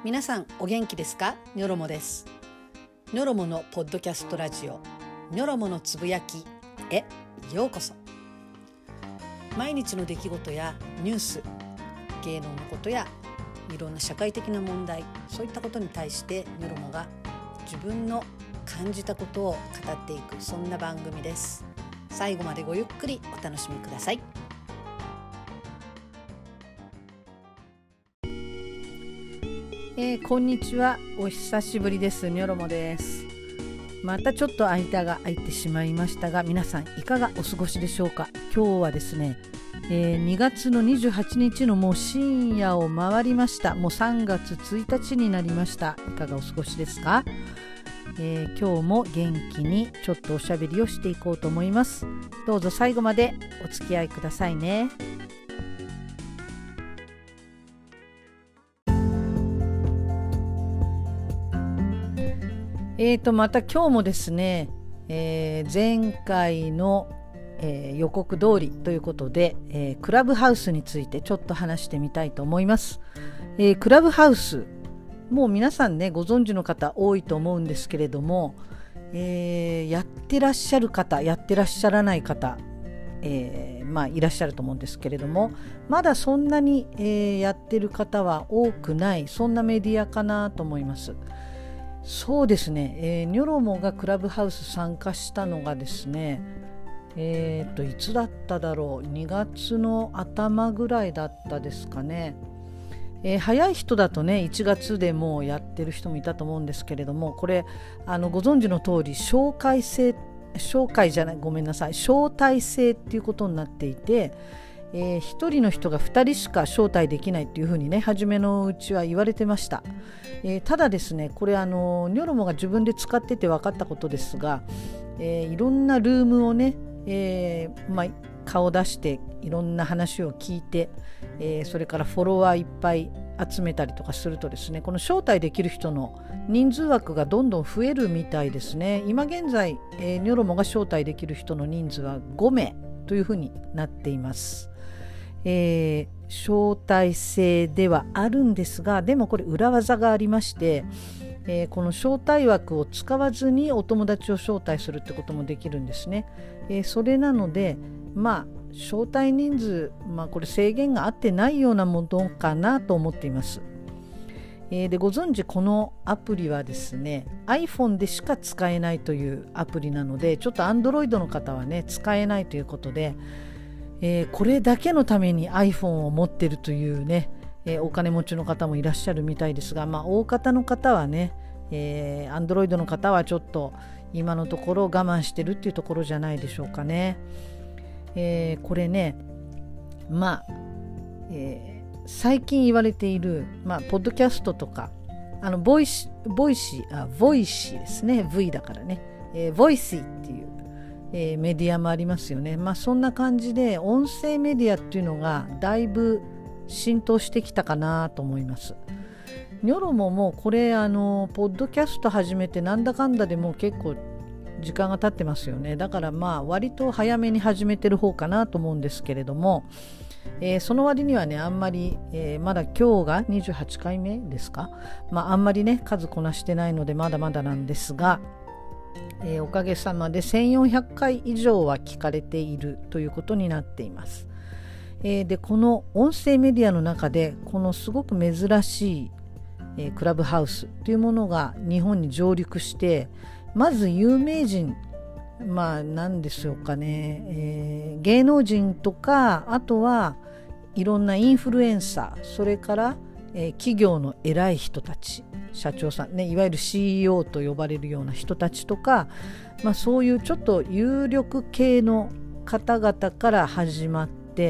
皆さんお元気ですか？ニョロモです。ニョロモのポッドキャストラジオニョロモのつぶやきへようこそ。毎日の出来事やニュース、芸能のことやいろんな社会的な問題、そういったことに対してニョロモが自分の感じたことを語っていく、そんな番組です。最後までごゆっくりお楽しみください。こんにちは、お久しぶりです。ニョロモです。またちょっと間が空いてしまいましたが、皆さんいかがお過ごしでしょうか？今日はですね、2月の28日のもう深夜を回りました。もう3月1日になりました。いかがお過ごしですか？今日も元気にちょっとおしゃべりをしていこうと思います。どうぞ最後までお付き合いくださいね。また今日もですね、前回の、予告通りということで、クラブハウスについてちょっと話してみたいと思います。クラブハウス、もう皆さんねご存知の方多いと思うんですけれども、やってらっしゃる方、やってらっしゃらない方、いらっしゃると思うんですけれども、まだそんなに、やってる方は多くない、そんなメディアかなと思います。そうですね、ニョロモがクラブハウス参加したのがですね、いつだっただろう、2月の頭ぐらいだったですかね。早い人だとね1月でもうやってる人もいたと思うんですけれども、これご存知の通り招待制っていうことになっていて、1人の人が2人しか招待できないっていうふうにね初めのうちは言われてました。ただですね、これニョロモが自分で使ってて分かったことですが、いろんなルームをね、顔出していろんな話を聞いて、それからフォロワーいっぱい集めたりとかするとですね、この招待できる人の人数枠がどんどん増えるみたいですね。今現在、ニョロモが招待できる人の人数は5名というふうになっています。招待制ではあるんですが、でもこれ裏技がありまして、この招待枠を使わずにお友達を招待するってこともできるんですね。それなので招待人数、これ制限があってないようなものかなと思っています。でご存知、このアプリはですね iPhone でしか使えないというアプリなので、ちょっと Android の方はね使えないということで、これだけのために iPhone を持ってるというね、お金持ちの方もいらっしゃるみたいですが、大方の方はね、Android の方はちょっと今のところ我慢してるっていうところじゃないでしょうかね。これね、最近言われている、ポッドキャストとかボイシーですね、 V だからね、ボイシーっていうメディアもありますよね。そんな感じで音声メディアっていうのがだいぶ浸透してきたかなと思います。ニョロモもこれポッドキャスト始めてなんだかんだでもう結構時間が経ってますよね。だから割と早めに始めてる方かなと思うんですけれども、その割にはねあんまり、まだ今日が28回目ですか。あんまりね数こなしてないのでまだまだなんですが、おかげさまで1400回以上は聞かれているということになっています。でこの音声メディアの中でこのすごく珍しい、クラブハウスというものが日本に上陸して、まず有名人、何でしょうかね、芸能人とか、あとはいろんなインフルエンサー、それから、企業の偉い人たち、社長さんね、いわゆる CEO と呼ばれるような人たちとか、そういうちょっと有力系の方々から始まって、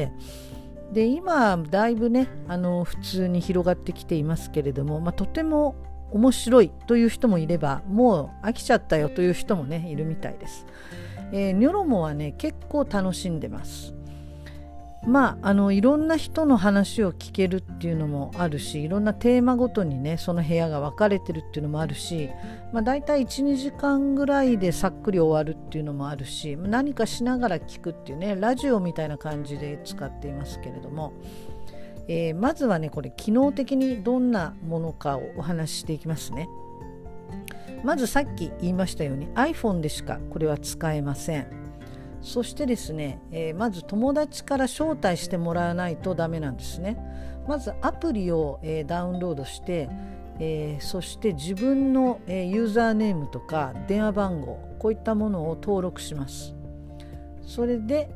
で今だいぶね普通に広がってきていますけれども、とても面白いという人もいれば、もう飽きちゃったよという人もねいるみたいです。ニョロモはね結構楽しんでます。いろんな人の話を聞けるっていうのもあるし、いろんなテーマごとにねその部屋が分かれてるっていうのもあるし、だいたい 1,2 時間ぐらいでさっくり終わるっていうのもあるし、何かしながら聞くっていうねラジオみたいな感じで使っていますけれども、 まずはねこれ機能的にどんなものかをお話ししていきますね。まずさっき言いましたように iPhone でしかこれは使えません。そしてですね、まず友達から招待してもらわないとダメなんですね。まずアプリを、ダウンロードして、そして自分の、ユーザーネームとか電話番号こういったものを登録します。それで、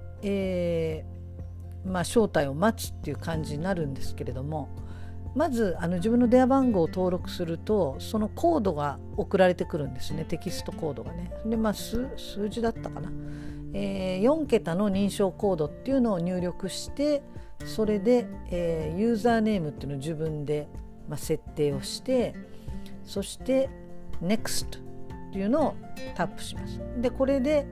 招待を待つっていう感じになるんですけれども、まず自分の電話番号を登録するとそのコードが送られてくるんですね。テキストコードがね。で、数字だったかな、4桁の認証コードっていうのを入力して、それで、ユーザーネームっていうのを自分で、設定をして、そして NEXT っていうのをタップします。でこれで、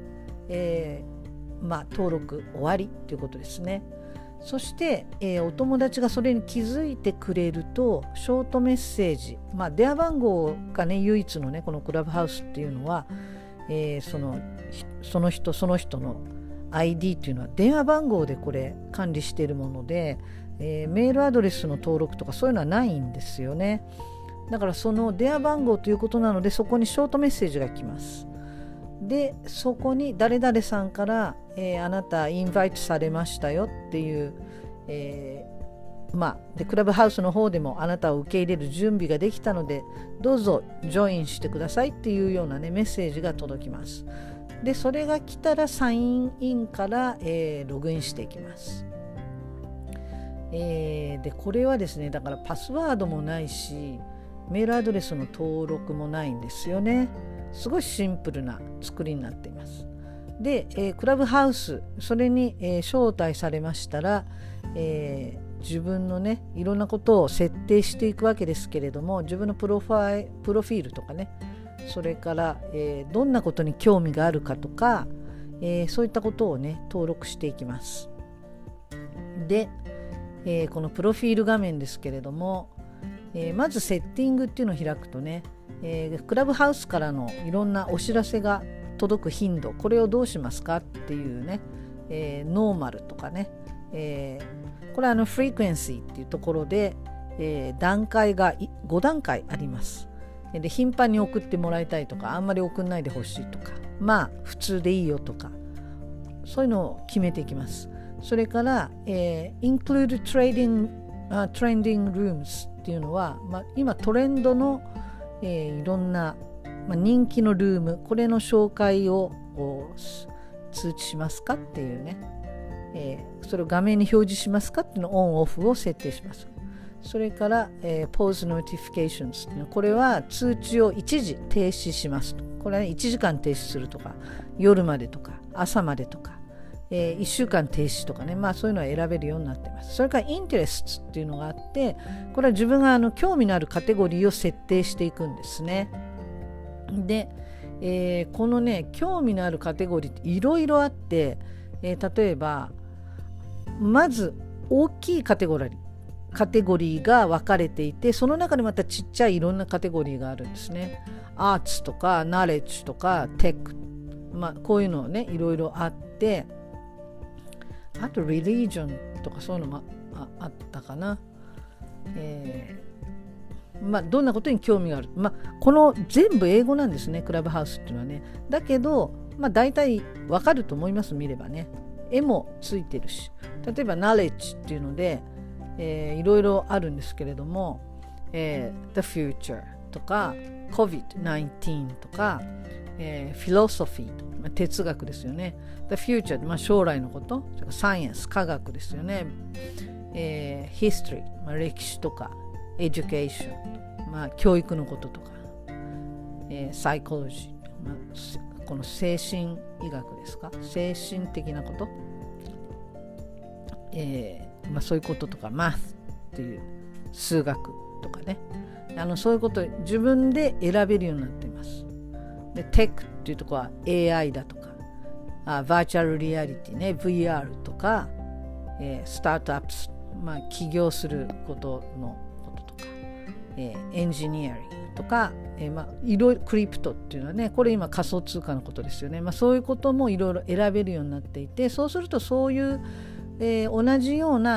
登録終わりっていうことですね。そして、お友達がそれに気づいてくれるとショートメッセージ、電話番号がね唯一のねこのクラブハウスっていうのは、その人の ID っていうのは電話番号でこれ管理しているもので、メールアドレスの登録とかそういうのはないんですよね。だからその電話番号ということなのでそこにショートメッセージが来ます。でそこに誰々さんから、あなたインバイトされましたよっていう、でクラブハウスの方でもあなたを受け入れる準備ができたのでどうぞジョインしてくださいっていうようなねメッセージが届きます。でそれが来たらサインインから、ログインしていきます。でこれはですねだからパスワードもないしメールアドレスの登録もないんですよね。すごいシンプルな作りになっています。で、クラブハウスそれに、招待されましたら、自分のねいろんなことを設定していくわけですけれども、自分のプロフィールとかね、それから、どんなことに興味があるかとか、そういったことをね登録していきます。で、このプロフィール画面ですけれども、まずセッティングっていうのを開くとね、クラブハウスからのいろんなお知らせが届く頻度、これをどうしますかっていうね、ノーマルとかね、これはフリークエンシーっていうところで、段階が5段階あります。で頻繁に送ってもらいたいとか、あんまり送んないでほしいとか、普通でいいよとか、そういうのを決めていきます。それから、include trending rooms っていうのは、今トレンドの、いろんな、人気のルーム、これの紹介を通知しますかっていうね、それを画面に表示しますかっていうのをオンオフを設定します。それから、Pause Notifications っていうのは、これは通知を一時停止しますと。これは、ね、1時間停止するとか、夜までとか朝までとか、1週間停止とかね、そういうのは選べるようになっています。それから Interests っていうのがあって、これは自分が興味のあるカテゴリーを設定していくんですね。で、このね興味のあるカテゴリーっていろいろあって、例えばまず大きいカテゴリーが分かれていて、その中でまたちっちゃいいろんなカテゴリーがあるんですね。アーツとかナレッジとかテック、こういうのねいろいろあって、あと religion とかそういうのも あったかな。どんなことに興味がある、この全部英語なんですね、クラブハウスっていうのはね。だけど、大体わかると思います、見ればね。絵もついてるし、例えば knowledge っていうので、いろいろあるんですけれども、the future とか COVID-19 とか、philosophy とか、哲学ですよね。the future、将来のこと、science 科学ですよね。history、歴史とかeducation、教育のこととか、psychology、この精神医学ですか、精神的なこと、そういうこととか math っていう数学とかね、そういうことを自分で選べるようになっています。で tech っていうところは AI だとか、バーチャルリアリティね VR とか、スタートアップス、起業することのこととか、エンジニアリングとか、いろいろクリプトっていうのはね、これ今仮想通貨のことですよね。そういうこともいろいろ選べるようになっていて、そうするとそういう、同じような、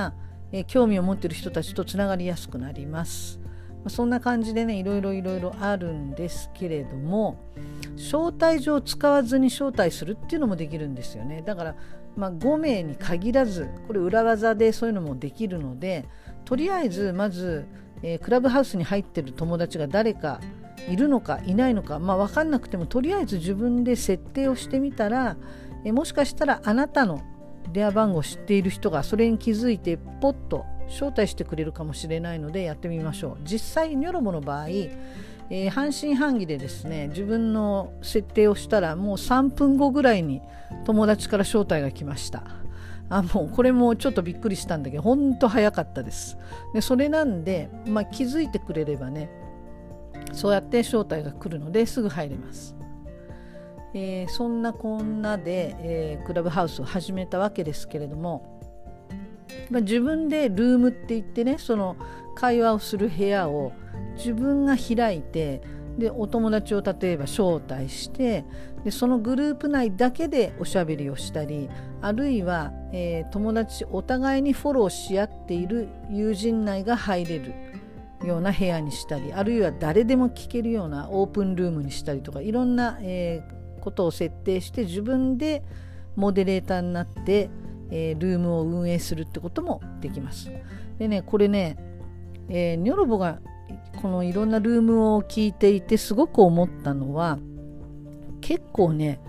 興味を持っている人たちとつながりやすくなります。そんな感じでねいろいろあるんですけれども、招待状を使わずに招待するっていうのもできるんですよね。だから、5名に限らず、これ裏技でそういうのもできるので、とりあえずまず、クラブハウスに入ってる友達が誰かいるのかいないのか、分かんなくてもとりあえず自分で設定をしてみたら、もしかしたらあなたの電話番号を知っている人がそれに気づいてポッと招待してくれるかもしれないのでやってみましょう。実際ニョロボの場合、半信半疑でですね自分の設定をしたらもう3分後ぐらいに友達から招待が来ました。もうこれもちょっとびっくりしたんだけど本当早かったです。でそれなんで、気づいてくれればねそうやって招待が来るのですぐ入れます。そんなこんなで、クラブハウスを始めたわけですけれども、自分でルームって言ってねその会話をする部屋を自分が開いて、でお友達を例えば招待して、でそのグループ内だけでおしゃべりをしたり、あるいは、友達お互いにフォローし合っている友人内が入れるような部屋にしたり、あるいは誰でも聞けるようなオープンルームにしたりとか、いろんな、ことを設定して自分でモデレーターになって、ルームを運営するってこともできます。でねこれね、ニョロボがこのいろんなルームを聞いていてすごく思ったのは、結構ね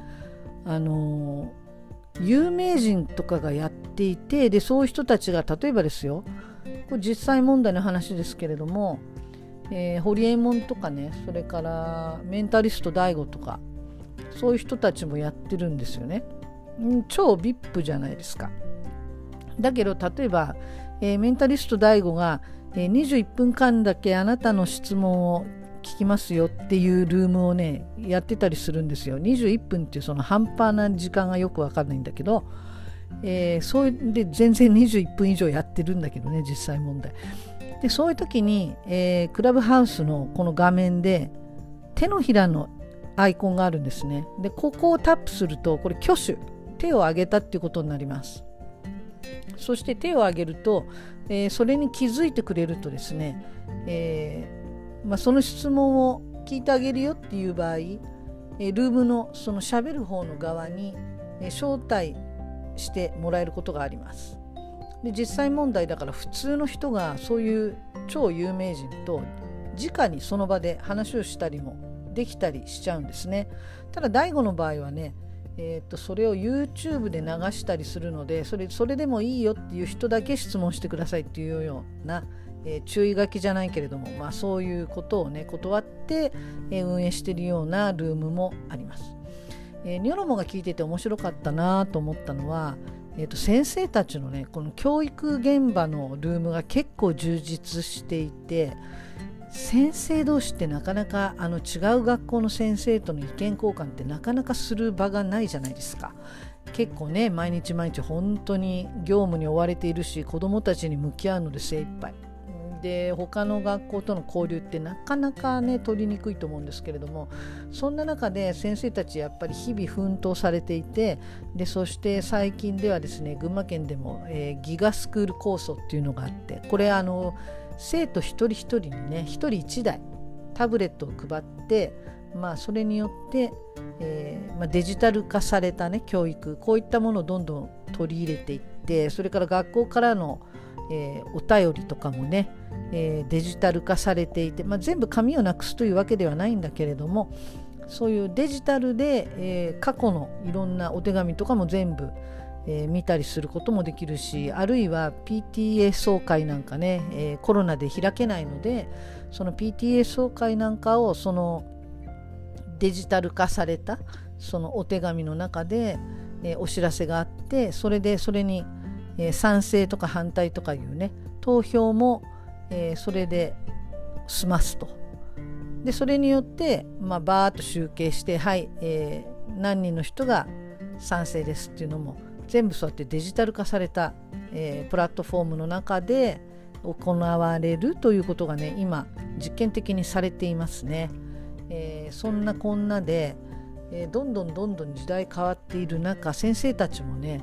有名人とかがやっていて、でそういう人たちが例えばですよ、これ実際問題の話ですけれども、ホリエモンとかね、それからメンタリスト DAIGO とかそういう人たちもやってるんですよね。超 VIP じゃないですか。だけど例えば、メンタリスト DAIGO が、21分間だけあなたの質問を聞きますよっていうルームをねやってたりするんですよ。21分っていうその半端な時間がよくわかんないんだけど、そうで全然21分以上やってるんだけどね実際問題で、そういう時に、クラブハウスのこの画面で手のひらのアイコンがあるんですね。でここをタップするとこれ挙手、手を挙げたっていうことになります。そして手を挙げると、それに気づいてくれるとですね、その質問を聞いてあげるよっていう場合、ルームのその喋る方の側に、招待してもらえることがあります。で実際問題だから普通の人がそういう超有名人と直にその場で話をしたりもできたりしちゃうんですね。ただ DAIGO の場合はね、それを YouTube で流したりするので、それでもいいよっていう人だけ質問してくださいっていうような、注意書きじゃないけれども、そういうことをね断って、運営しているようなルームもあります。ニョロモが聞いてて面白かったなと思ったのは、先生たちのねこの教育現場のルームが結構充実していて、先生同士ってなかなか違う学校の先生との意見交換ってなかなかする場がないじゃないですか。結構ね毎日本当に業務に追われているし、子どもたちに向き合うので精一杯で、他の学校との交流ってなかなかね取りにくいと思うんですけれども、そんな中で先生たちやっぱり日々奮闘されていて、でそして最近ではですね群馬県でも、ギガスクール構想っていうのがあって、これ生徒一人一人にね一人一台タブレットを配って、それによって、デジタル化されたね教育、こういったものをどんどん取り入れていって、それから学校からの、お便りとかもね、デジタル化されていて、全部紙をなくすというわけではないんだけれども、そういうデジタルで、過去のいろんなお手紙とかも全部見たりすることもできるし、あるいは PTA 総会なんかね、コロナで開けないので、その PTA 総会なんかをそのデジタル化されたそのお手紙の中で、お知らせがあって、それに、賛成とか反対とかいうね投票も、それで済ますと。でそれによって、バーッと集計して、はい、何人の人が賛成ですっていうのも全部そうやってデジタル化された、プラットフォームの中で行われるということがね今実験的にされていますね。そんなこんなで、どんどん時代変わっている中、先生たちもね、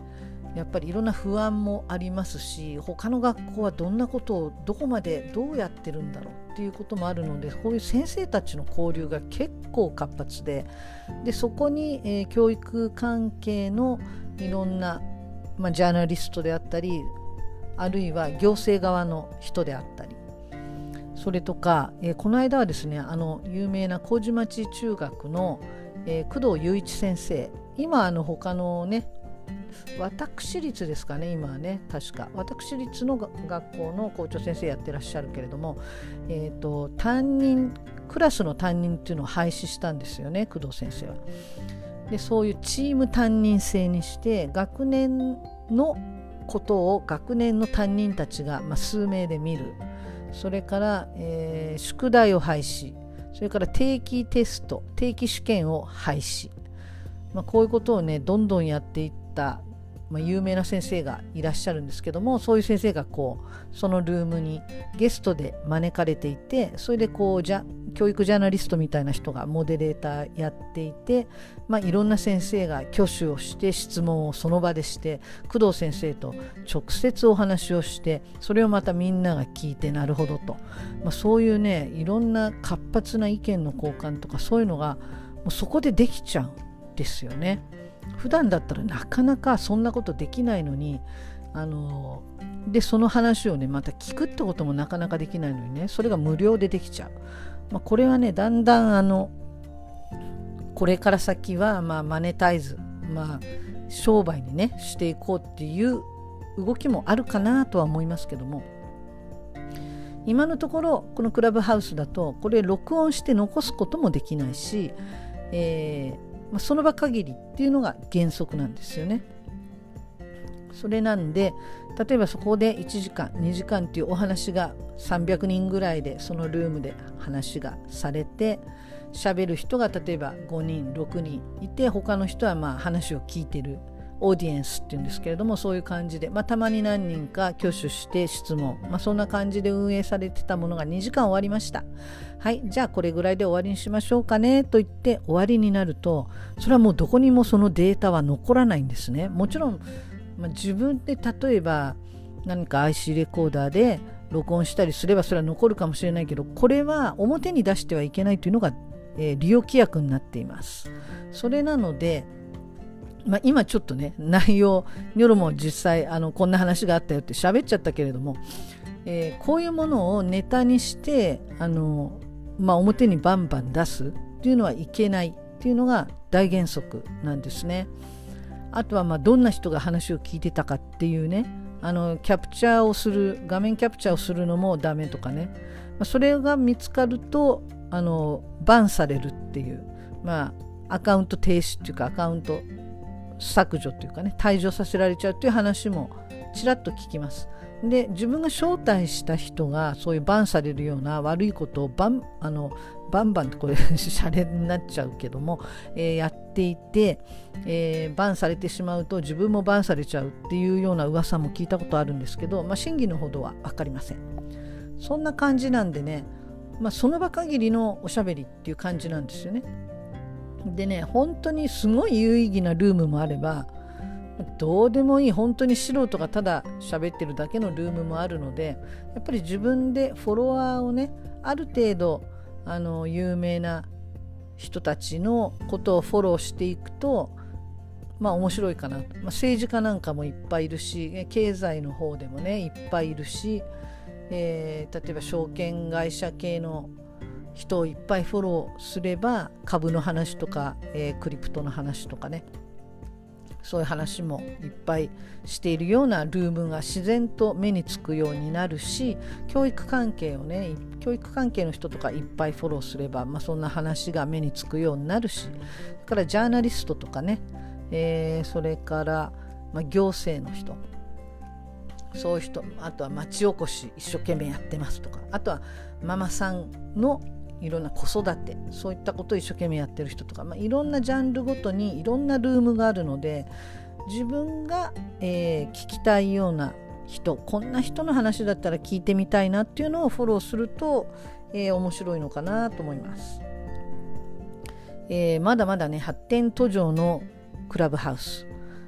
やっぱりいろんな不安もありますし、他の学校はどんなことをどこまでどうやってるんだろうっていうこともあるので、こういう先生たちの交流が結構活発で、そこに、教育関係のいろんな、ジャーナリストであったり、あるいは行政側の人であったり、それとか、この間はですね、有名な麹町中学の、工藤雄一先生、今他のね、私立ですかね、今はね、確か私立の学校の校長先生やってらっしゃるけれども、担任、クラスの担任っていうのを廃止したんですよね、工藤先生は。でそういうチーム担任制にして、学年のことを学年の担任たちが、数名で見る。それから、宿題を廃止、それから定期テスト、定期試験を廃止、こういうことをねどんどんやっていった、有名な先生がいらっしゃるんですけども、そういう先生がそのルームにゲストで招かれていて、それで教育ジャーナリストみたいな人がモデレーターやっていて、いろんな先生が挙手をして質問をその場でして、工藤先生と直接お話をして、それをまたみんなが聞いて、なるほどと、そういうね、いろんな活発な意見の交換とか、そういうのがもうそこでできちゃうんですよね。普段だったらなかなかそんなことできないのに、でその話をねまた聞くってこともなかなかできないのにね、それが無料でできちゃう。これはねだんだんこれから先はマネタイズ、商売にねしていこうっていう動きもあるかなとは思いますけども、今のところこのクラブハウスだとこれ録音して残すこともできないし、その場限りっていうのが原則なんですよね。それなんで、例えばそこで1時間2時間っていうお話が300人ぐらいでそのルームで話がされて、喋る人が例えば5人6人いて、他の人は話を聞いてるオーディエンスっていうんですけれども、そういう感じで、たまに何人か挙手して質問、そんな感じで運営されてたものが2時間終わりました。はい、じゃあこれぐらいで終わりにしましょうかねと言って終わりになると、それはもうどこにもそのデータは残らないんですね。もちろん、自分で例えば何か IC レコーダーで録音したりすればそれは残るかもしれないけど、これは表に出してはいけないというのが、利用規約になっています。それなので、今ちょっとね内容ニョロも実際こんな話があったよって喋っちゃったけれども、こういうものをネタにして表にバンバン出すっていうのはいけないっていうのが大原則なんですね。あとはどんな人が話を聞いてたかっていうね、キャプチャーをする、画面キャプチャーをするのもダメとかね、それが見つかるとバンされるっていう、アカウント停止っていうかアカウント削除っていうかね、退場させられちゃうっていう話もちらっと聞きます。で自分が招待した人がそういうバンされるような悪いことをバンバンとこれシャレになっちゃうけども、やっていて、バンされてしまうと自分もバンされちゃうっていうような噂も聞いたことあるんですけど、真偽のほどは分かりません。そんな感じなんでね、その場限りのおしゃべりっていう感じなんですよね。でね、本当にすごい有意義なルームもあれば、どうでもいい本当に素人がただ喋ってるだけのルームもあるので、やっぱり自分でフォロワーをねある程度有名な人たちのことをフォローしていくと面白いかなと。政治家なんかもいっぱいいるし、経済の方でもねいっぱいいるし、例えば証券会社系の人をいっぱいフォローすれば株の話とか、クリプトの話とかね、そういう話もいっぱいしているようなルームが自然と目につくようになるし、教育関係の人とかいっぱいフォローすれば、そんな話が目につくようになるし、それからジャーナリストとかね、それから、行政の人、そういう人、あとは町おこし一生懸命やってますとか、あとはママさんのいろんな子育て、そういったことを一生懸命やってる人とか、いろんなジャンルごとにいろんなルームがあるので、自分が、聞きたいような人、こんな人の話だったら聞いてみたいなっていうのをフォローすると、面白いのかなと思います。まだまだね発展途上のクラブハウス、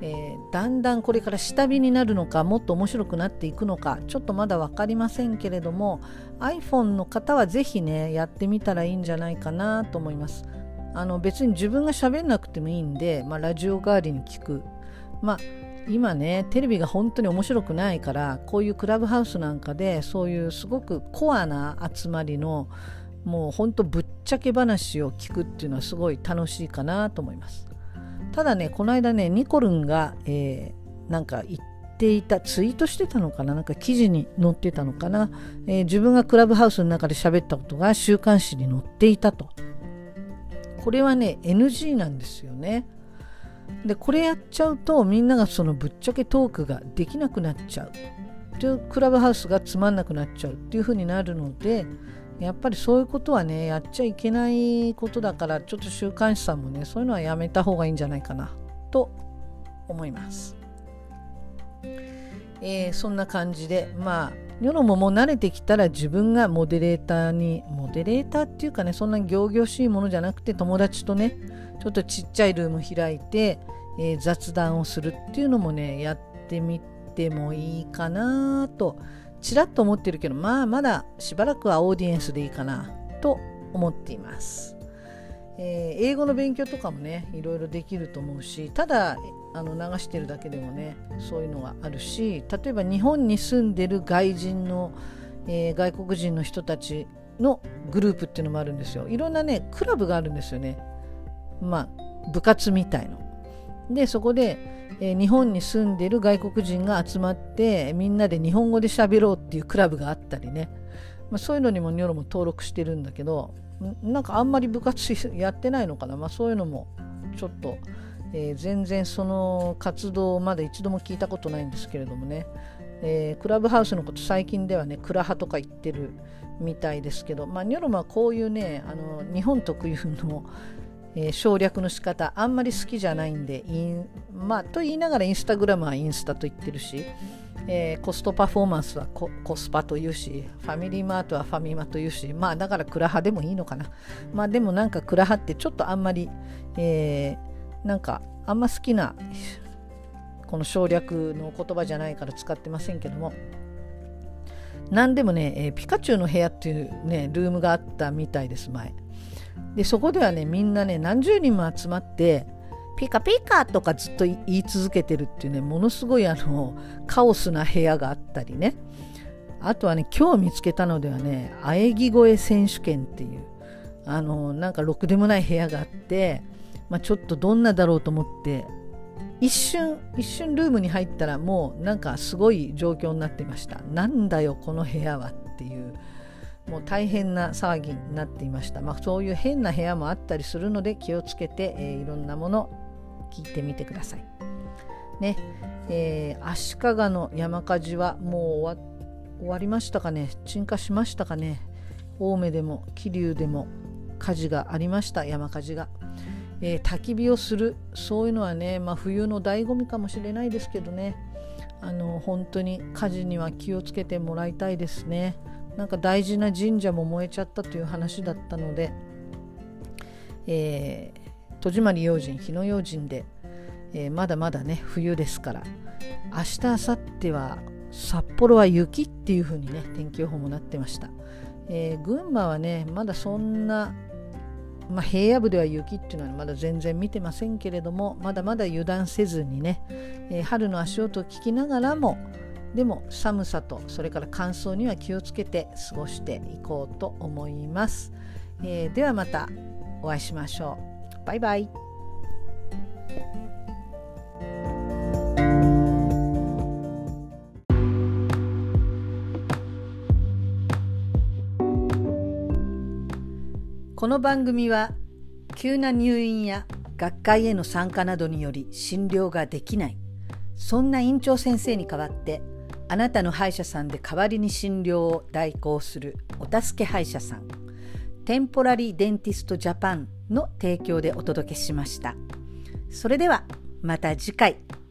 だんだんこれから下火になるのか、もっと面白くなっていくのか、ちょっとまだ分かりませんけれども、 iPhone の方はぜひねやってみたらいいんじゃないかなと思います。別に自分が喋んなくてもいいんで、ラジオ代わりに聞く。今ねテレビが本当に面白くないから、こういうクラブハウスなんかでそういうすごくコアな集まりのもう本当ぶっちゃけ話を聞くっていうのはすごい楽しいかなと思います。ただね、この間ねニコルンが、なんか言っていた、ツイートしてたのかな、なんか記事に載ってたのかな、自分がクラブハウスの中で喋ったことが週刊誌に載っていたと。これはね NG なんですよね。でこれやっちゃうとみんながそのぶっちゃけトークができなくなっちゃう、クラブハウスがつまんなくなっちゃうっていう風になるので、やっぱりそういうことはねやっちゃいけないことだから、ちょっと週刊誌さんもねそういうのはやめた方がいいんじゃないかなと思います。そんな感じで、ニョロももう慣れてきたら自分がモデレーターっていうかね、そんな仰々しいものじゃなくて、友達とねちょっとちっちゃいルーム開いて、雑談をするっていうのもねやってみてもいいかなとちらっと思ってるけど、まだしばらくはオーディエンスでいいかなと思っています。英語の勉強とかもねいろいろできると思うし、ただ流してるだけでもねそういうのがあるし、例えば日本に住んでる外人の、外国人の人たちのグループっていうのもあるんですよ。いろんなねクラブがあるんですよね。部活みたいので、そこで、日本に住んでる外国人が集まってみんなで日本語で喋ろうっていうクラブがあったりね、そういうのにもニョロも登録してるんだけど、なんかあんまり部活やってないのかな、そういうのもちょっと、全然その活動をまだ一度も聞いたことないんですけれどもね、クラブハウスのこと最近ではねクラハとか言ってるみたいですけど、ニョロはこういうね日本特有の省略の仕方あんまり好きじゃないんで、と言いながらインスタグラムはインスタと言ってるし、コストパフォーマンスはコスパというし、ファミリーマートはファミマというし、だからクラハでもいいのかな。でもなんかクラハってちょっとあんまり、なんかあんま好きなこの省略の言葉じゃないから使ってませんけども、なんでもね、ピカチュウの部屋っていうねルームがあったみたいです。前でそこではねみんなね何十人も集まってピカピカとかずっと言い続けてるっていうね、ものすごいカオスな部屋があったりね。あとはね今日見つけたのではね喘ぎ声選手権っていうなんかろくでもない部屋があって、ちょっとどんなだろうと思って一瞬ルームに入ったらもうなんかすごい状況になっていました。なんだよこの部屋はっていう、もう大変な騒ぎになっていました。そういう変な部屋もあったりするので気をつけて、いろんなもの聞いてみてくださいね。足利の山火事はもう終わりましたかね。鎮火しましたかね。青梅でも桐生でも火事がありました。山火事が、焚き火をする、そういうのはね、冬の醍醐味かもしれないですけどね、本当に火事には気をつけてもらいたいですね。なんか大事な神社も燃えちゃったという話だったので、戸締まり用心、火の用心で、まだまだね冬ですから、明日明後日は札幌は雪っていう風にね天気予報もなってました。群馬はねまだそんな、平野部では雪っていうのはまだ全然見てませんけれども、まだまだ油断せずにね、春の足音を聞きながらも、でも寒さとそれから乾燥には気をつけて過ごしていこうと思います。ではまたお会いしましょう。バイバイ。この番組は急な入院や学会への参加などにより診療ができない、そんな院長先生に代わってあなたの歯医者さんで代わりに診療を代行するお助け歯医者さん、テンポラリーデンティストジャパンの提供でお届けしました。それではまた次回。